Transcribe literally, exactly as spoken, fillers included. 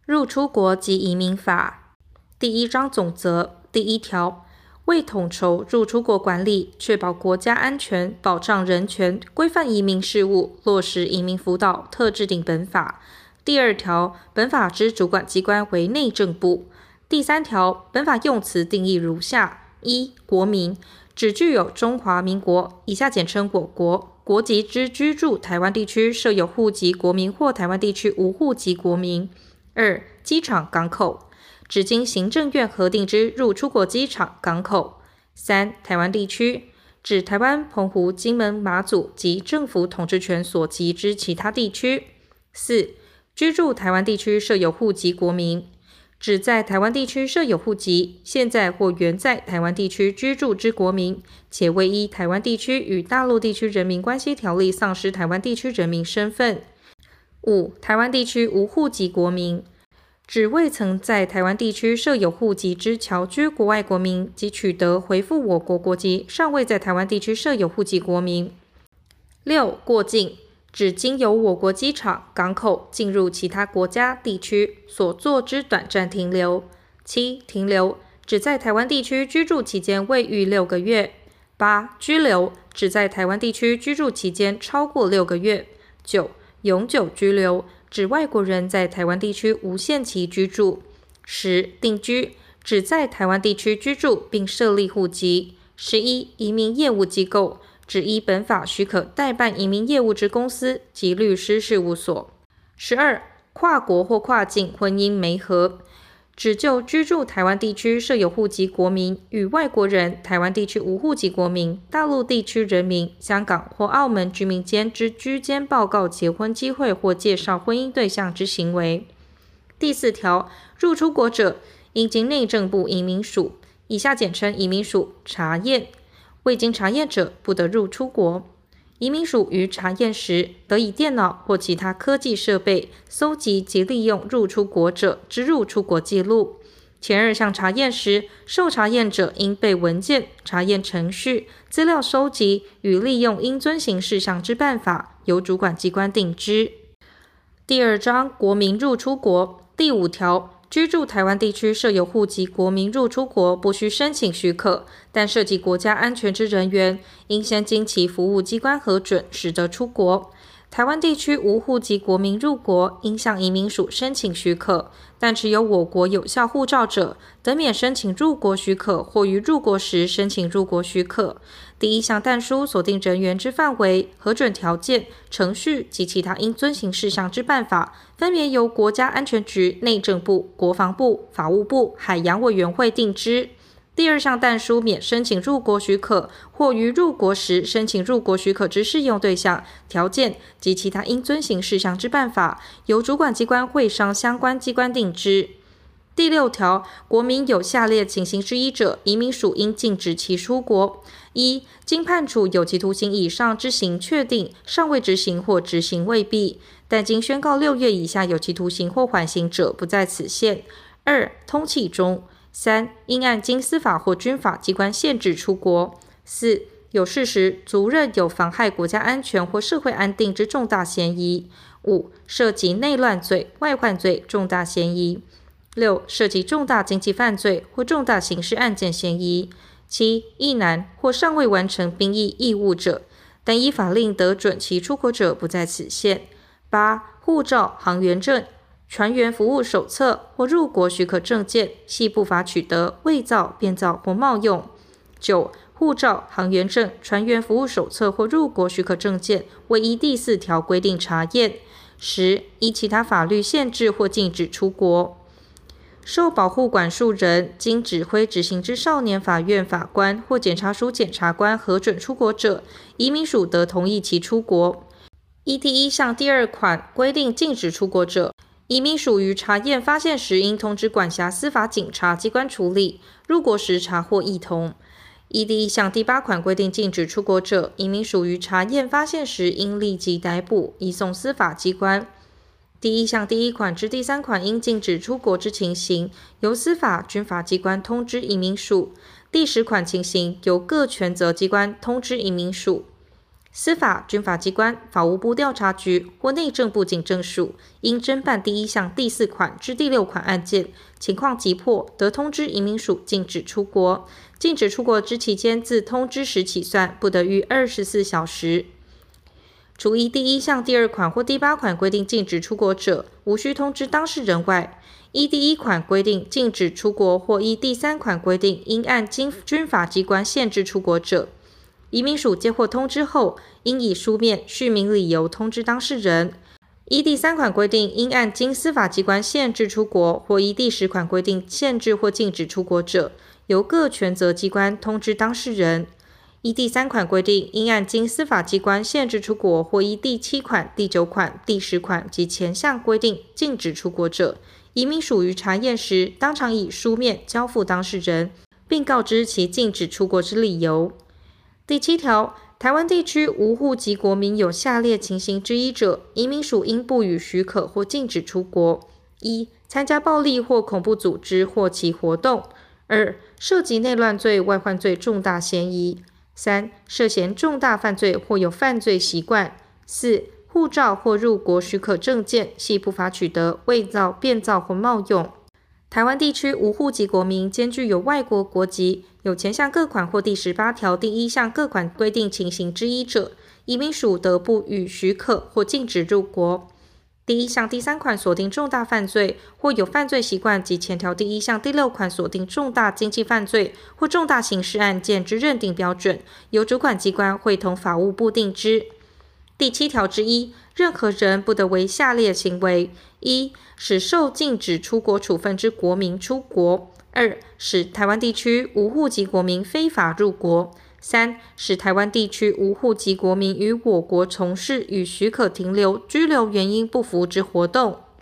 入出国及移民法第一章总则第一条，为统筹入出国管理，确保国家安全，保障人权，规范移民事务，落实移民辅导，特制定本法。第二条，本法之主管机关为内政部。第三条，本法用词定义如下：一、国民，指具有中华民国（以下简称我国）国籍之居住台湾地区设有户籍国民或台湾地区无户籍国民。二、机场、港口，指经行政院核定之入出国机场、港口。三、台湾地区，指台湾、澎湖、金门、马祖及政府统治权所及之其他地区。四、居住台湾地区设有户籍国民，指在台湾地区设有户籍，现在或原在台湾地区居住之国民，且未依台湾地区与大陆地区人民关系条例丧失台湾地区人民身份。五、台湾地区无户籍国民，指未曾在台湾地区设有户籍之侨居国外国民及取得回复我国国籍尚未在台湾地区设有户籍国民。六、过境，指经由我国机场、港口进入其他国家、地区所做之短暂停留。七、停留，指在台湾地区居住期间未逾六个月。八、居留，指在台湾地区居住期间超过六个月。九、永久居留，指外国人在台湾地区无限期居住。十、定居，指在台湾地区居住并设立户籍。十一、移民业务机构，指依本法许可代办移民业务之公司及律师事务所。十二、跨国或跨境婚姻媒合，指就居住台湾地区设有户籍国民与外国人、台湾地区无户籍国民、大陆地区人民、香港或澳门居民间之居间报告结婚机会或介绍婚姻对象之行为。第四条，入出国者应经内政部移民署（以下简称移民署）查验，未经查验者不得入出国。移民署于查验时，得以电脑或其他科技设备搜集及利用入出国者之入出国记录。前二项查验时，受查验者应备文件、查验程序、资料收集与利用应遵行事项之办法，由主管机关定之。第二章国民入出国第五条，居住台湾地区设有户籍国民入出国不需申请许可，但涉及国家安全之人员，应先经其服务机关核准，时得出国。台湾地区无户籍国民入国，应向移民署申请许可，但持有我国有效护照者，得免申请入国许可或于入国时申请入国许可。第一项但书所定人员之范围、核准条件、程序及其他应遵行事项之办法，分别由国家安全局、内政部、国防部、法务部、海洋委员会定之。第二项但书免申请入国许可或于入国时申请入国许可之适用对象、条件及其他应遵行事项之办法，由主管机关会商相关机关定之。第六条，国民有下列情形之一者，移民署应禁止其出国：一、经判处有期徒刑以上之刑确定，尚未执行或执行未毕，但经宣告六月以下有期徒刑或缓刑者不在此限；二、通缉中；三、应按经司法或军法机关限制出国；四、有事实足认有妨害国家安全或社会安定之重大嫌疑；五、涉及内乱罪、外患罪重大嫌疑；六、涉及重大经济犯罪或重大刑事案件嫌疑；七、役男或尚未完成兵役义务者，但依法令得准其出国者不在此限；八、护照、航员证、船员服务手册或入国许可证件，系不法取得、伪造、变造或冒用；九、护照、航员证、船员服务手册或入国许可证件未依第四条规定查验；十、依其他法律限制或禁止出国。受保护管束人经指挥执行之少年法院法官或检察署检察官核准出国者，移民署得同意其出国。依第一项第二款规定禁止出国者，移民署于查验发现时，应通知管辖司法警察机关处理，入国时查获一同。依第一项第八款规定禁止出国者，移民署于查验发现时，应立即逮捕，移送司法机关。第一项第一款至第三款应禁止出国之情形，由司法、军法机关通知移民署；第十款情形，由各权责机关通知移民署。 司法、军法机关、法务部调查局或内政部警政署应侦办第一项第四款至第六款案件，情况急迫，得通知移民署禁止出国。禁止出国之期间自通知时起算，不得逾二十四小时。除依第一项第二款或第八款规定禁止出国者，无需通知当事人外，依第一款规定禁止出国或依第三款规定应按经军法机关限制出国者，移民署接获通知后，应以书面续明理由通知当事人。依第三款规定应按经司法机关限制出国或依第十款规定限制或禁止出国者，由各权责机关通知当事人。依第三款规定应按经司法机关限制出国或依第七款、第九款、第十款及前项规定禁止出国者，移民署于查验时当场以书面交付当事人，并告知其禁止出国之理由。第七条，台湾地区无户籍国民有下列情形之一者，移民署应不予许可或禁止出国：一、参加暴力或恐怖组织或其活动；二、涉及内乱罪、外患罪重大嫌疑；三、涉嫌重大犯罪或有犯罪习惯；四、护照或入国许可证件系不法取得、伪造、变造或冒用。台湾地区无户籍国民兼具有外国国籍，有前项各款或第十八条第一项各款规定情形之一者，移民署得不予许可或禁止入国。第一项第三款锁定重大犯罪或有犯罪习惯及前条第一项第六款锁定重大经济犯罪或重大刑事案件之认定标准，由主管机关会同法务部定之。第七条之一，任何人不得为下列行为：一、使受禁止出国处分之国民出国；二、使台湾地区无户籍国民非法入国；三、使台湾地区无户籍国民于我国从事与许可停留、居留原因不符之活动。